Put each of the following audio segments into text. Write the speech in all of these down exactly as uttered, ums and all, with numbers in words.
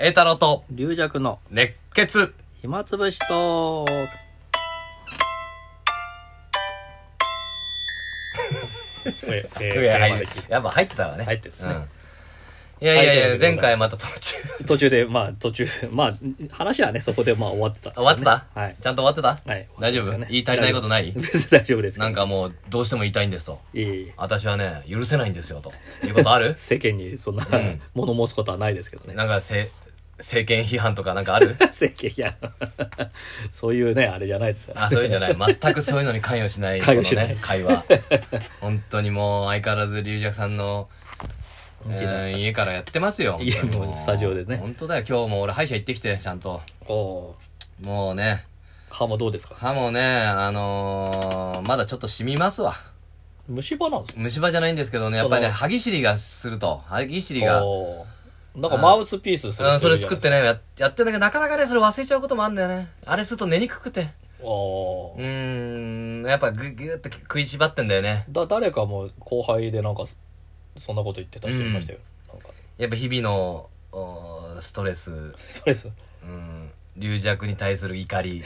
栄太郎と龍弱の熱血暇つぶしトーク。ええいやテーマ的やっぱ入ってたわね。 入ってるね、 うん、いやいやいや、 入ってる前回また途中途中でまあ途中まあ話はねそこでまあ終わってた、ね、 終わってた、 はい、 ちゃんと終わってた、 はい、 大丈夫、ね、言い足りないことない？ 別に大丈夫です。 なんかもうどうしても言いたいんですと。 いいいい私はね許せないんですよということある？ 世間にそんな、うん、物申すことはないですけどね。 なんかせ政権批判とかなんかある？ 政権批判そういうねあれじゃないですよ、ね、 あ、そういうんじゃない。全くそういうのに関与しない、 関与しない、 ね、会話本当にもう相変わらず龍尺さんの、えー、家からやってますよ。 家のスタジオですね。 本当だよ。今日も俺歯医者行ってきてちゃんと。 おもうね歯もどうですか？ 歯もねあのー、まだちょっと染みますわ。 虫歯なんですか？ 虫歯じゃないんですけどね、やっぱりね歯ぎしりがすると歯ぎしりがなんかマウスピースするうん、それ作ってね、や、やってんだけど、なかなかね、それ忘れちゃうこともあるんだよね。あれすると寝にくくて。 おうーん、やっぱぐ、ぐーって食いしばってんだよね。 だ、誰かも後輩でなんか、そんなこと言ってた人いましたよ。うん、なんかやっぱ日々の、ストレス。 ストレスうん、龍弱に対する怒り。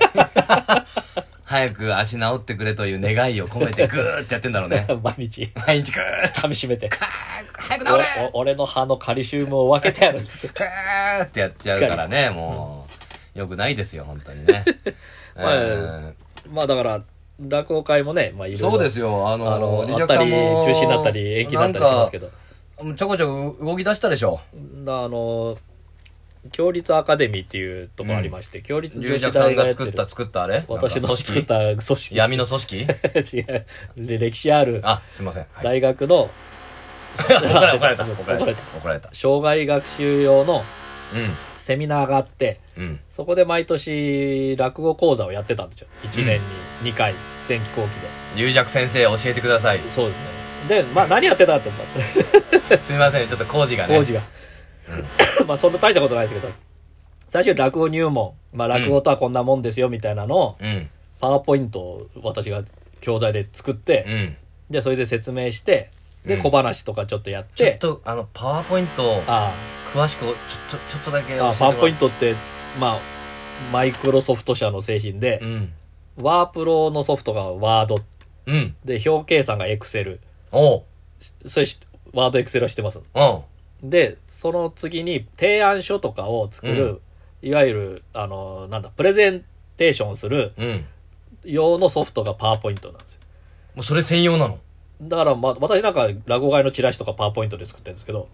早く足治ってくれという願いを込めてグーってやってんだろうね。 毎日。 毎日グー噛み締めて。 早く治れ俺の歯のカリシウムを分けてやるっつって。 グーってやっちゃうからね、もう。よくないですよ、本当にね。 まあ、まあだから、落語会もね、まあいろいろ。 そうですよ、あの、 あの、あったり、中止になったり、延期になったりしますけど。 ちょこちょこ動き出したでしょ。 あの、共立アカデミーっていうところありまして、うん、共立女子大が作った作ったあれ私の作った組織闇の組織違うで歴史あるあすいません、 大学の怒られた怒られた怒られた障害学習用のうんセミナーがあって、うん、そこで毎年落語講座をやってたんですよ。いちねんににかい前期後期で。 龍尺先生教えてください。 そうですね。でまあ何やってたかって思ってすいませんちょっと工事がね工事がうん、まあそんな大したことないですけど、最初に落語入門、まあ落語とはこんなもんですよみたいなのを、うん、パワーポイントを私が教材で作って、うん、でそれで説明して、で、うん、小話とかちょっとやって、 ちょっとあのパワーポイントを詳しくちょっとちょっとだけ教えてもらって。 パワーポイントってまあマイクロソフト社の製品で、うん、ワープロのソフトがワード、うん、で表計算がエクセル、おうそれワードエクセルは知ってます。 おうでその次に提案書とかを作る、うん、いわゆるあのなんだプレゼンテーションする用のソフトがパワーポイントなんですよ。 もうそれ専用なの？ だから、まあ、私なんか落語会のチラシとかパワーポイントで作ってるんですけど、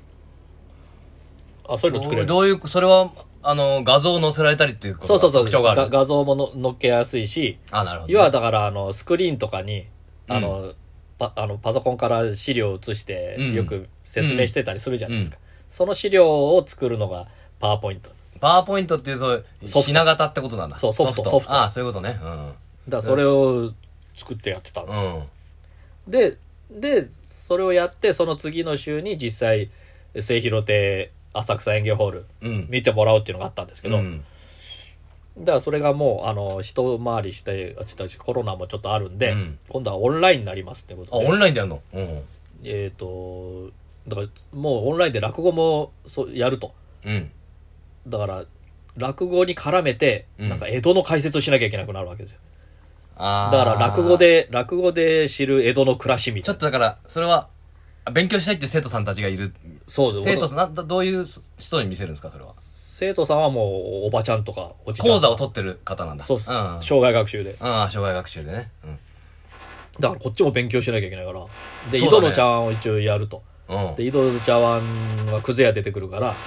あそういうの作れる。 どういうそれはあの画像を載せられたりっていうことが特徴がある。 そうそうそう画像もの載っけやすいし、 あなるほど、ね、 要はだからあのスクリーンとかにあの、うんパ, あのパソコンから資料を映してよく説明してたりするじゃないですか、うんうん、その資料を作るのがパワーポイント。 パワーポイントっていうそうひな形ってことなんだ。 そうソフトソフト。 ああそういうことね、うん、 だからそれを作ってやってたの、うん、ででそれをやってその次の週に実際末広亭浅草園芸ホール見てもらうっていうのがあったんですけど、うん、だからそれがもうあの一回りしてコロナもちょっとあるんで、うん、今度はオンラインになりますってことで。 あオンラインでやるの、うん、 えっ、ー、とだからもうオンラインで落語もそうやると、うん、だから落語に絡めて、うん、なんか江戸の解説をしなきゃいけなくなるわけですよ。あだから落語で落語で知る江戸の暮らしみたいな。 ちょっとだからそれは勉強したいって生徒さんたちがいる。 そうです。 生徒さんどういう人に見せるんですかそれは。 生徒さんはもうおばちゃんとかおじちゃん講座を取ってる方なんだ。 そうです、うん、障害学習で。 ああ障害学習でね、うん、 だからこっちも勉強しなきゃいけないからで、ね、井戸の茶碗を一応やると、うん、で井戸の茶碗はくず屋出てくるから、うん、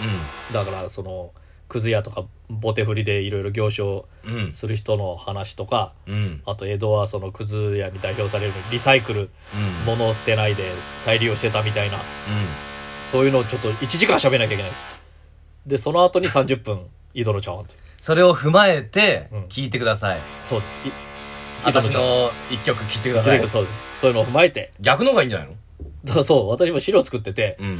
だからそのくず屋とかボテ振りでいろいろ行商する人の話とか、うん、あと江戸はそのくず屋に代表されるリサイクル、うん、物を捨てないで再利用してたみたいな、うん、そういうのをちょっといちじかん喋んなきゃいけないです。でその後にさんじゅっぷん井戸の茶碗というそれを踏まえて聞いてください、うん、 そうです。 私の一曲聞いてください。 そう、そういうのを踏まえて逆の方がいいんじゃないの？ だからそう私も資料作ってて、うん、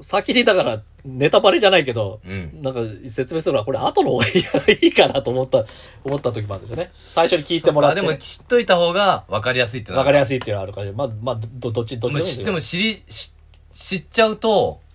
先にだからネタバレじゃないけど、うん、なんか説明するのはこれ後の方がいいかなと思った思った時もあるんですよね。最初に聞いてもらって、ね、 でも知っといた方が分かりやすいってのは分かりやすいっていうのはあるから、まあまあどどっちどっちでもいいんですよ。 でも知り知知っちゃうと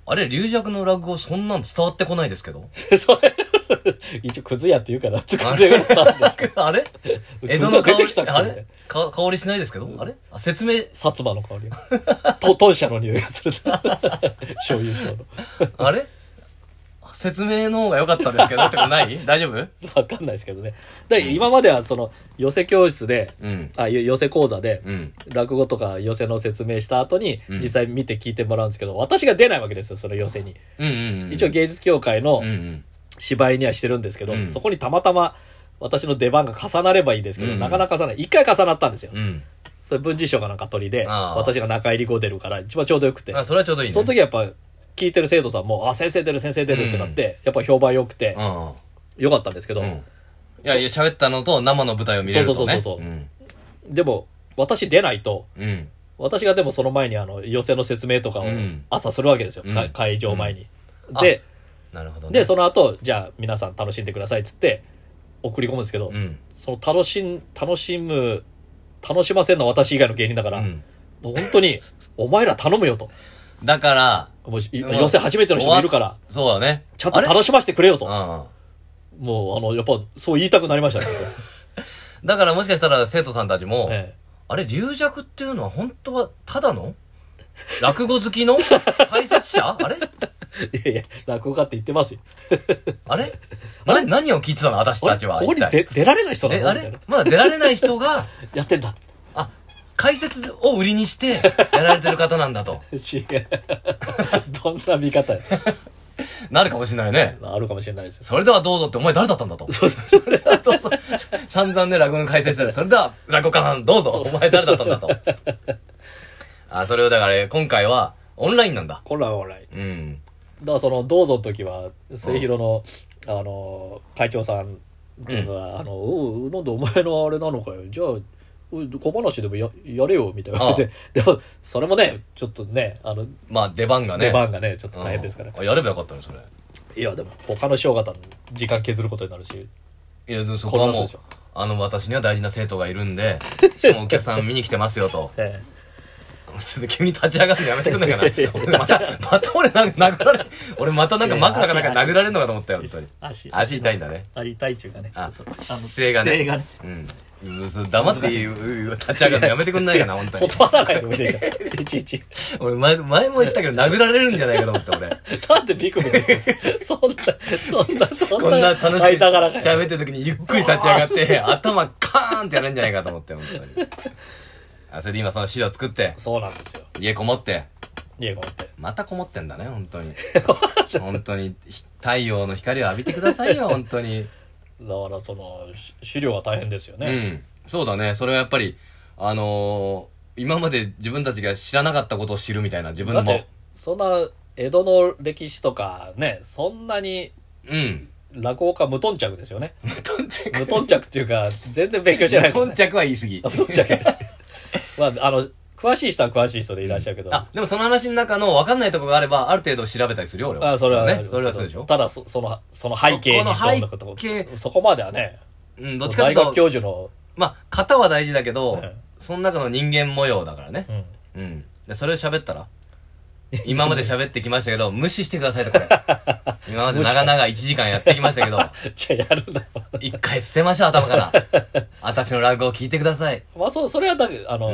あれ、龍尺の落語そんなん伝わってこないですけど。 それ、一応クズやって言うから、クズやったあれ江戸の香り、あれか香りしないですけどあれあ説明。 薩摩の香り。と、豚舎の匂いがする。醤油醤の。 あれ説明の方が良かったですけどってことない大丈夫わかんないですけどね。だ今まではその、寄せ教室で、うん、あ、寄せ講座で、うん、落語とか寄せの説明した後に、うん、実際見て聞いてもらうんですけど、私が出ないわけですよ、その寄せに。うんうんうん、一応芸術協会の芝居にはしてるんですけど、うん、そこにたまたま私の出番が重なればいいですけど、うん、なかなか重ならない。一回重なったんですよ。うん、それ文治師匠がなんか取りで、私が中入り後出るから一番ちょうどよくて。 あ、それはちょうどいいね。 その時はやっぱ、聞いてる生徒さんも、あ、先生出る、先生出るってなって、うん、やっぱ評判良くて、良かったんですけど。うん、いやいや、喋ったのと生の舞台を見れるとね。 そうそうそうそう、うん。でも、私出ないと、うん、私がでもその前にあの、寄せの説明とかを朝するわけですよ。うん、会場前に。うん、で、 なるほどね、 で、その後、じゃあ皆さん楽しんでくださいっつって、送り込むんですけど、うん、その楽しん、楽しむ、楽しませるのは私以外の芸人だから、うん、本当に、お前ら頼むよと。 だから、 もう寄せ初めての人もいるから、 そうだね。 ちゃんと楽しませてくれよと。もう、あの、やっぱ、そう言いたくなりましたね。 だからもしかしたら生徒さんたちも、ええ、あれ、龍尺っていうのは本当はただの落語好きの解説者あれいやいや、落語家って言ってますよ。 あれな何を聞いてたの私たちは。 ここに出出られない人なのあれまだ出られない人が、 やってんだ。 あ、解説を売りにしてやられてる方なんだと。 違う。どんな見方や。 なるかもしれないね。 あるかもしれないですよ。 それではどうぞってお前誰だったんだと。そうそう、それではどうぞ。散々ね、落語の解説で、それでは落語家さんどうぞ。お前誰だったんだと。あ、それをだから、今回はオンラインなんだ。 オンラインオンライン。うん。だからその、どうぞの時は、末広の、うん、あの、会長さんっていうのは、うん、あの、おう、なんでお前のあれなのかよ。じゃあ、小話でも や, やれよみたいなででもそれもねちょっとねあのまあ出番がね出番がねちょっと大変ですから、 あやればよかったねそれ。 いやでも他の師匠方の時間削ることになるし、 いやでもそこはもうあの私には大事な生徒がいるんでしかもお客さん見に来てますよと、ええ、ちょっと急に立ち上がるのやめてくんないかなまたまた俺なんか殴られ俺またなんか枕かなんか殴られるのかと思ったよ。足足痛いんだね。 足痛いっていうかね、 あ姿勢がね姿勢がね、うん黙って立ち上がるのやめてくんないかな、本当に。 断らないのみたいな。いちいち。 俺前、前も言ったけど殴られるんじゃないかと思った俺。 なんでビクビクしてるそんな、そんな、そんな。 こんな楽しく喋ってる時にゆっくり立ち上がって、頭カーンってやるんじゃないかと思って、本当に。あ、それで今その資料作って。 そうなんですよ。 家こもって。 家こもって。 またこもってんだね、本当に。本当に、太陽の光を浴びてくださいよ、本当に。 だからその資料は大変ですよね。うん、 そうだね。それはやっぱりあのー、今まで自分たちが知らなかったことを知るみたいな自分も。だってそんな江戸の歴史とかねそんなにうん落語家無頓着ですよね。 無頓着無頓着っていうか全然勉強してない、 ね。無頓着は言い過ぎ。 無頓着です。まああの詳しい人は詳しい人でいらっしゃるけど、うん、 あでもその話の中の分かんないところがあればある程度調べたりするよ俺は。 あそれはねそれはそうでしょ。 ただそそのその背景にどんなことそこまではね、 うん、どっちかというと大学教授のまあ型は大事だけど、うん、その中の人間模様だからね。うん、うん、でそれを喋ったら今まで喋ってきましたけど無視してくださいとこれ。今まで長々いちじかんやってきましたけどじゃあやるなよ。 一回捨てましょう頭から。私の落語を聞いてください。 まあそそれはだけあの、うん、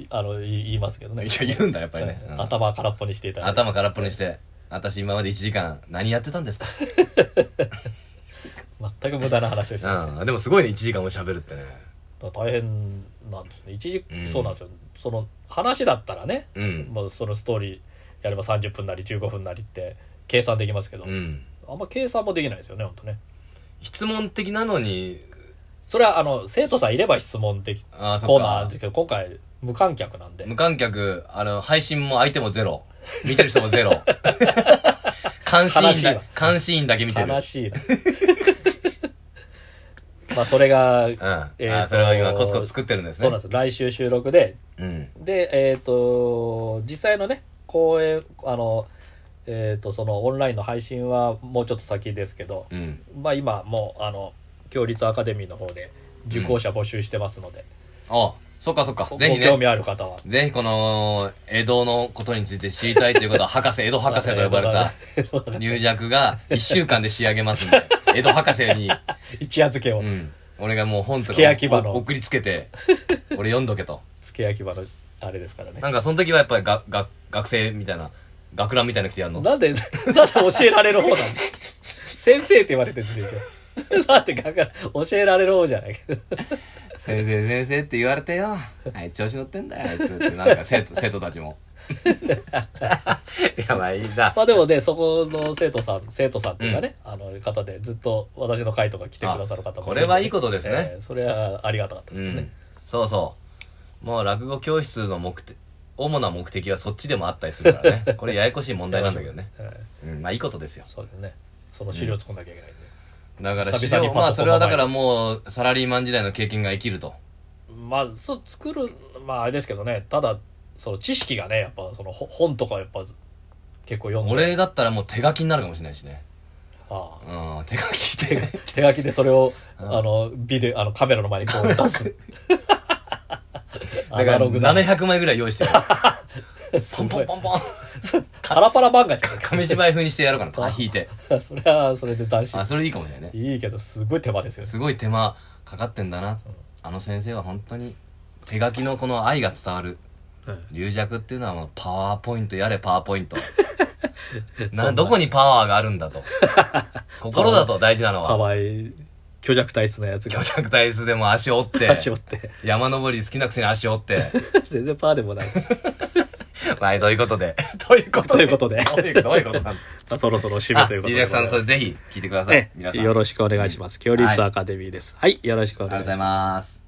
あの言いますけどね。 一応言うんだやっぱりね、 うん、頭空っぽにしていただいて。頭空っぽにして私今までいちじかん何やってたんですか。 全く無駄な話をしてました、 うん、でもすごいねいちじかんも喋るってね。 大変なんですね一時、うん、そうなんですよ。その話だったらね、うん、もうそのストーリーやればさんじゅっぷんなりじゅうごふんなりって計算できますけど、うん、あんま計算もできないですよね本当ね。 質問的なのにそれはあの生徒さんいれば質問的コーナーなんですけど今回無観客なんで。 無観客あの配信も相手もゼロ見てる人もゼロ監視員だ監視員だけ見てる。 悲しいな。まあそれが、うん、 えー、それを今コツコツ作ってるんですね。 そうなんです。来週収録で、うん、でえっ、ー、と実際のね公演あのえっ、ー、とそのオンラインの配信はもうちょっと先ですけど、うん、まあ今もうあの共立アカデミーの方で受講者募集してますので、 うん、あそっかそっか。 ごぜひね。 興味ある方は。 ぜひこの、江戸のことについて知りたいということは、博士、江戸博士と呼ばれた入弱がいっしゅうかんで仕上げますんで、江戸博士に。 一夜漬けを。 うん。俺がもう本とか送りつけて、俺読んどけと。 付け焼き場のあれですからね。 なんかその時はやっぱりがが学生みたいな、学ランみたいなの着てやるの。 なんで、なんで教えられる方なんだ先生って言われてるんですよ。だって学ラン教えられる方じゃないけど。 先生先生って言われてよ。あいつ調子乗ってんだよ、あいつって。なんか生徒、生徒たちも。いや、まあいいさ。 まあでもね、そこの生徒さん、生徒さんっていうかね、うん、あの方でずっと私の会とか来てくださる方も、ね、 これはいいことですね。 えー、それはありがたかったですよね、うん。 そうそう。もう落語教室の目的、主な目的はそっちでもあったりするからね。これややこしい問題なんだけどね。うん、まあいいことですよ。 そうだね。その資料作んなきゃいけないんで。 うん、だから資料、まあそれはだからもうサラリーマン時代の経験が生きると。 まあそう作る、まああれですけどね、ただ、その知識がね、やっぱその本とかやっぱ結構読んで。 俺だったらもう手書きになるかもしれないしね。 ああ。 うん、手書き手書き。 手書きでそれを、あの、ビデオ、あのカメラの前にこう出す。 だからななひゃくまいぐらい用意してる。ポンポンポンポン。 パラパラ漫画じゃん。 紙芝居風にしてやろうかな。パン引いて。 それはそれで斬新。 あ、それいいかもしれないね。 いいけど、すごい手間ですよね。 すごい手間かかってんだな。あの先生は本当に手書きのこの愛が伝わる。龍弱っていうのはもうパワーポイントやれパワーポイント。などこにパワーがあるんだと。心だと大事なのは。 パワー、虚弱体質のやつが。虚弱体質でも足折って。 足折って。 山登り好きなくせに足折って。 全然パワーでもない。 まあ、どういうことで。どういうことで。 どういうことで。 どういうどういうことなんだ。そろそろ締めということで。 龍弱さん、そしてぜひ聞いてください。 皆さん。よろしくお願いします。恐竜アカデミーです。はい、よろしくお願いします。 ありがとうございます。